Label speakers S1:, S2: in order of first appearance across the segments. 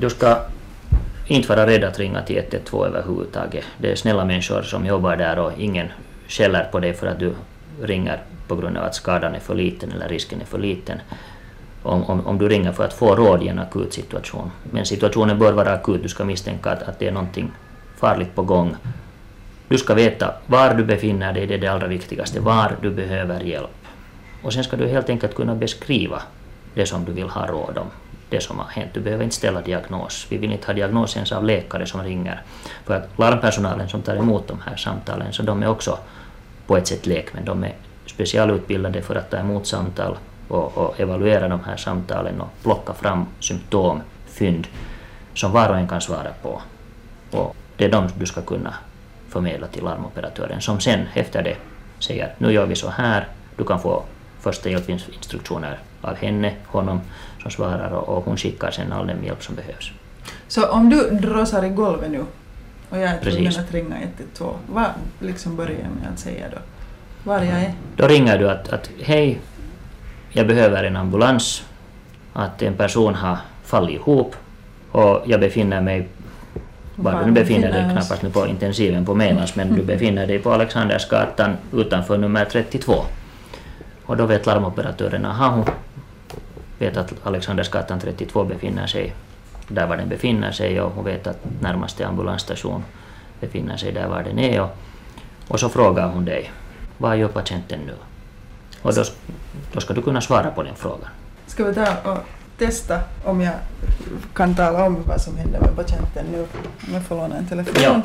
S1: Du ska inte vara rädd att ringa till 112 överhuvudtaget. Det är snälla människor som jobbar där och ingen skäller på dig för att du ringer på grund av att skadan är för liten eller risken är för liten. Om du ringer för att få råd i en akut situation. Men situationen bör vara akut, du ska misstänka att det är någonting farligt på gång. Du ska veta var du befinner dig, det är det allra viktigaste, var du behöver hjälp. Och sen ska du helt enkelt kunna beskriva det som du vill ha råd om, det som har hänt. Du behöver inte ställa diagnos. Vi vill inte ha diagnos ens av läkare som ringer. För att larmpersonalen som tar emot de här samtalen, så de är också på ett sätt lekmän. De är specialutbildade för att ta emot samtal och evaluera de här samtalen och plocka fram symptom, fynd som var och en kan svara på. Och det är de du ska kunna förmedla till larmoperatören som sen efter det säger nu gör vi så här, du kan få första hjälpinstruktioner av henne, honom som svarar och hon skickar sen all den hjälp som behövs.
S2: Så om du dråsar i golvet nu och jag är tvungen att ringa 112, vad liksom börjar jag med att säga då? Var jag är?
S1: Då ringer du att hej, jag behöver en ambulans, att en person har fallit ihop och jag befinner mig, var du nu befinner dig, knappast nu på intensiven på Melans, men du befinner dig på Alexandersgatan utanför nummer 32. Och då vet larmoperatören, hon vet att Alexandersgatan 32 befinner sig där var den befinner sig och hon vet att närmaste ambulansstation befinner sig där var den är och så frågar hon dig, vad gör patienten nu? Och då ska du kunna svara på den frågan.
S2: Ska vi ta och testa om jag kan tala om vad som händer med patienten nu? Om jag får låna en telefon.
S1: Ja.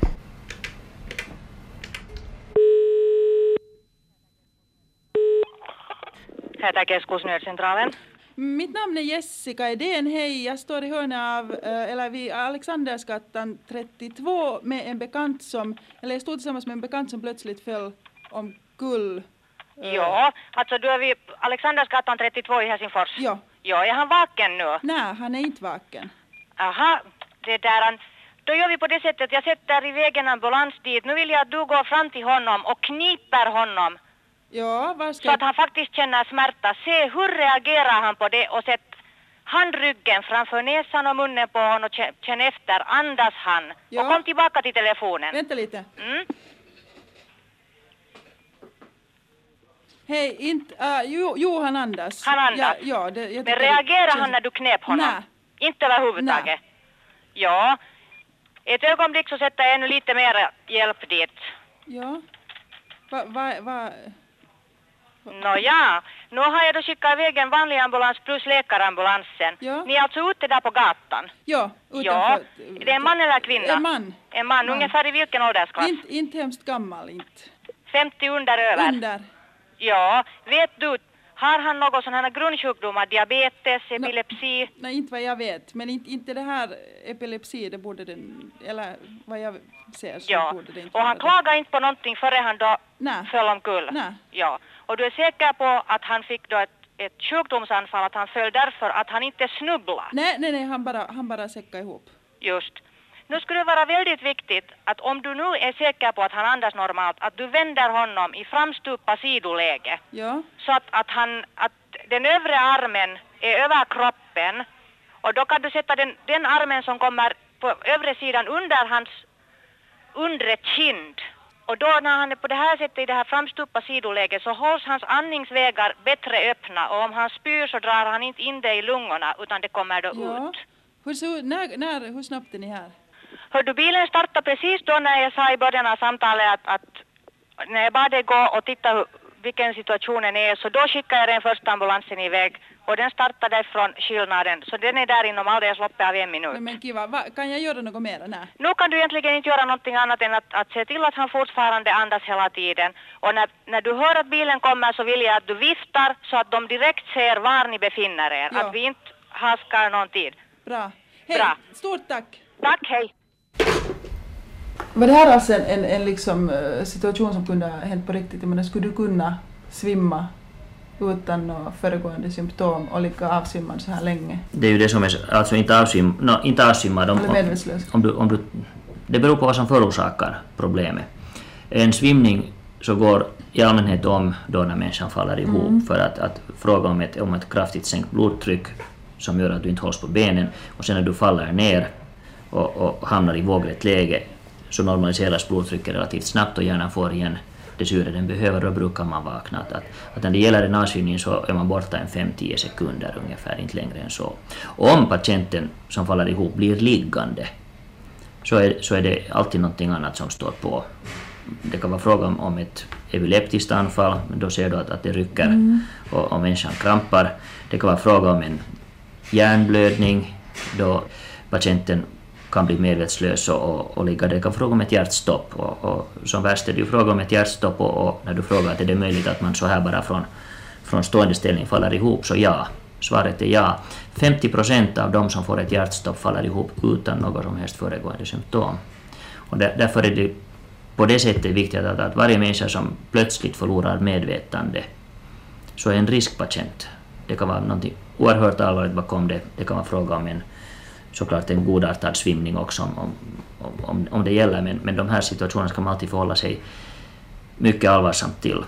S3: Hätäkeskusnödcentralen.
S2: Mitt namn är Jessica Edén, hej. Jag står i hörnet av, eller vid Alexandersgatan 32 med en bekant som, eller jag stod tillsammans med en bekant som plötsligt föll omkull.
S3: Ja, alltså du är vid Alexandersgatan 32 i Helsingfors.
S2: Ja.
S3: Ja, är han vaken nu?
S2: Nej, han är inte vaken.
S3: Aha, det där. Då gör vi på det sättet, jag sätter i vägen ambulans dit. Nu vill jag att du går fram till honom och kniper honom.
S2: Ja, var ska
S3: så att han faktiskt känner smärta. Se hur reagerar han på det och sätt handryggen framför näsan och munnen på honom och känn efter. Andas han.
S2: Ja.
S3: Och kom tillbaka till telefonen.
S2: Vänta lite.
S3: Mm.
S2: Hej, inte, jo, han andas.
S3: Han andas.
S2: Ja,
S3: men reagerar han när du knep honom?
S2: Nej.
S3: Inte överhuvudtaget?
S2: Nej.
S3: Ja. Ett ögonblick så sätter jag ännu lite mer hjälp dit.
S2: Ja.
S3: Nåja, nu har jag då skickat iväg en vanlig ambulans plus läkarambulansen.
S2: Ja.
S3: Ni är alltså ute där på gatan?
S2: Ja, utanför.
S3: Ja, det är en man eller kvinna?
S2: En man.
S3: Ungefär i vilken åldersklass?
S2: Inte hemskt gammal, inte.
S3: 50 under över?
S2: Under.
S3: Ja, vet du, har han någon sån här grundsjukdomar, diabetes, epilepsi?
S2: Nej, inte vad jag vet, men inte det här epilepsi, det borde den, eller vad jag ser så borde det inte.
S3: Och han klagar inte på någonting före han då föll omkull?
S2: Nej.
S3: Ja, och du är säker på att han fick då ett sjukdomsanfall, att han föll därför att han inte snubblade?
S2: Nej, han bara säckade ihop.
S3: Just. Nu skulle det vara väldigt viktigt att om du nu är säker på att han andas normalt, att du vänder honom i framstupa sidoläge.
S2: Ja.
S3: Så att den övre armen är över kroppen och då kan du sätta den armen som kommer på övre sidan under hans undre kind. Och då när han är på det här sättet i det här framstupa sidoläget så hålls hans andningsvägar bättre öppna och om han spyr så drar han inte in det i lungorna utan det kommer då ut.
S2: Hur snabbt är ni här?
S3: Hörde bilen startade precis då när jag sa i början av samtalet att när jag bad dig gå och titta vilken situationen är så då skickade jag den första ambulansen iväg och den startade från skillnaden så den är där inom alldeles loppet av 1 minut.
S2: Men kiva, kan jag göra något mer? Nej.
S3: Nu kan du egentligen inte göra någonting annat än att se till att han fortfarande andas hela tiden och när du hör att bilen kommer så vill jag att du viftar så att de direkt ser var ni befinner er, att vi inte haskar någon tid.
S2: Bra. Hej,
S3: bra.
S2: Stort tack.
S3: Tack, hej.
S2: Var det här alltså en liksom situation som kunde ha hänt på riktigt? Men skulle du kunna svimma utan några föregående symptom och ligga avsvimmad så här länge?
S1: Det är ju det som är, alltså inte avsvimmad.
S2: Eller medvetslös?
S1: Det beror på vad som förorsakar problemet. En svimning så går i allmänhet om då när människan faller ihop för att fråga om ett kraftigt sänkt blodtryck som gör att du inte hålls på benen, och sen när du faller ner och hamnar i vågrätt läge så normaliseras blodtrycket relativt snabbt och hjärnan får igen det syre den behöver, och brukar man vakna. Att när det gäller en avsvimning så är man borta en 5-10 sekunder ungefär, inte längre än så. Om patienten som faller ihop blir liggande så är det alltid någonting annat som står på. Det kan vara fråga om ett epileptiskt anfall, men då ser du att det rycker och människan krampar. Det kan vara fråga om en hjärnblödning då patienten kan bli medvetslös och ligga. Det kan fråga om ett hjärtstopp, och som värst är det ju fråga om ett hjärtstopp, och när du frågar att är det möjligt att man så här bara från stående ställning faller ihop, så ja. Svaret är ja. 50% av de som får ett hjärtstopp faller ihop utan något som helst föregående symptom. Och därför är det på det sättet viktigt att varje människa som plötsligt förlorar medvetande så är en riskpatient. Det kan vara något oerhört allvarligt bakom det. Det kan vara fråga om såklart en godartad svimning också om det gäller, men de här situationerna ska man alltid förhålla sig mycket allvarsamt till.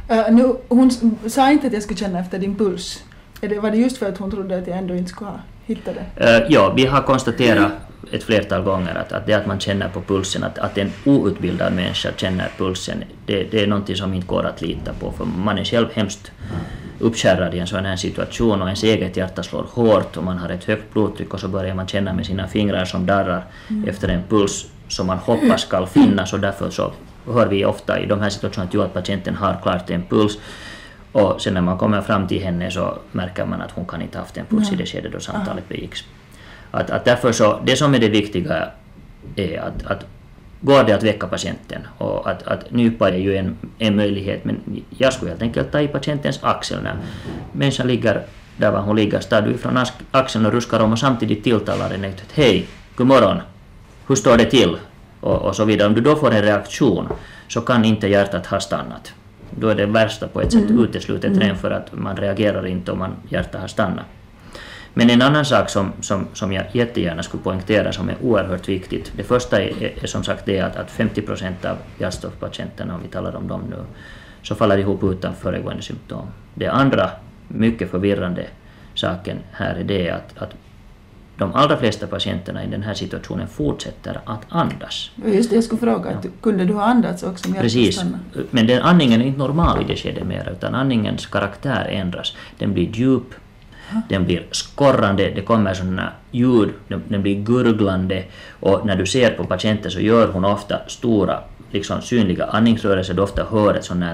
S2: Hon sa inte att jag skulle känna efter din puls. Var det just för att hon trodde att jag ändå inte skulle ha hittat det?
S1: Ja, vi har konstaterat ett flertal gånger att det att man känner på pulsen, att en outbildad människa känner pulsen, det är någonting som inte går att lita på, för man är själv hemskt uppskärrad i en sån här situation och ens eget hjärta slår hårt och man har ett högt blodtryck, och så börjar man känna med sina fingrar som darrar efter en puls som man hoppas ska finnas, och därför så hör vi ofta i de här situationerna att patienten har klart en puls, och sen när man kommer fram till henne så märker man att hon kan inte haft en puls i det skede då samtalet begicks. Att därför så, det som är det viktiga är att går det att väcka patienten, och att nypa är ju en möjlighet, men jag skulle helt enkelt ta i patientens axel när människan ligger där var hon ligger, tar du ifrån axeln och ruskar om och samtidigt tilltalar den att hej, god morgon, hur står det till? Och så vidare. Om du då får en reaktion så kan inte hjärtat ha stannat. Då är det värsta på ett sätt uteslutet redan för att man reagerar inte om hjärtat har stannat. Men en annan sak som jag jättegärna skulle poängtera som är oerhört viktigt. Det första är som sagt det att 50% av hjärtstoppspatienterna, om vi talar om dem nu, så faller ihop utan föregående symptom. Det andra mycket förvirrande saken här är det att de allra flesta patienterna i den här situationen fortsätter att andas.
S2: Just det, jag skulle fråga, kunde du ha andats också om hjärtat stannar?
S1: Men den andningen är inte normal i det skedet mer, utan andningens karaktär ändras. Den blir djup, den blir skorrande, det kommer sådana ljud, den blir gurglande, och när du ser på patienten så gör hon ofta stora liksom synliga andningsrörelser. Du ofta hör ett sådant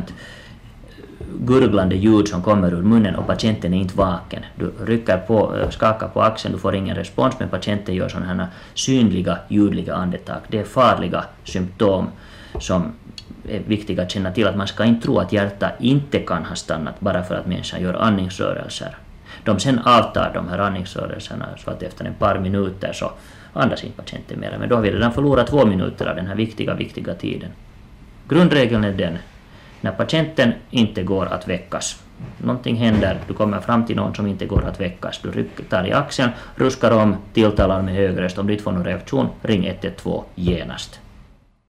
S1: gurglande ljud som kommer ur munnen, och patienten är inte vaken. Du skakar på axeln, du får ingen respons, men patienten gör sådana här synliga ljudliga andetag. Det är farliga symptom som är viktiga att känna till, att man ska inte tro att hjärtat inte kan ha stannat bara för att människan gör andningsrörelser. De sen avtar de här andningsrörelserna så att efter ett par minuter så andas inte patienten mer. Men då har vi redan förlorat 2 minuter av den här viktiga tiden. Grundregeln är den: när patienten inte går att väckas, någonting händer, du kommer fram till någon som inte går att väckas, du tar i axeln, ruskar om, tilltalar med hög röst. Om du inte får någon reaktion, ring 112 genast.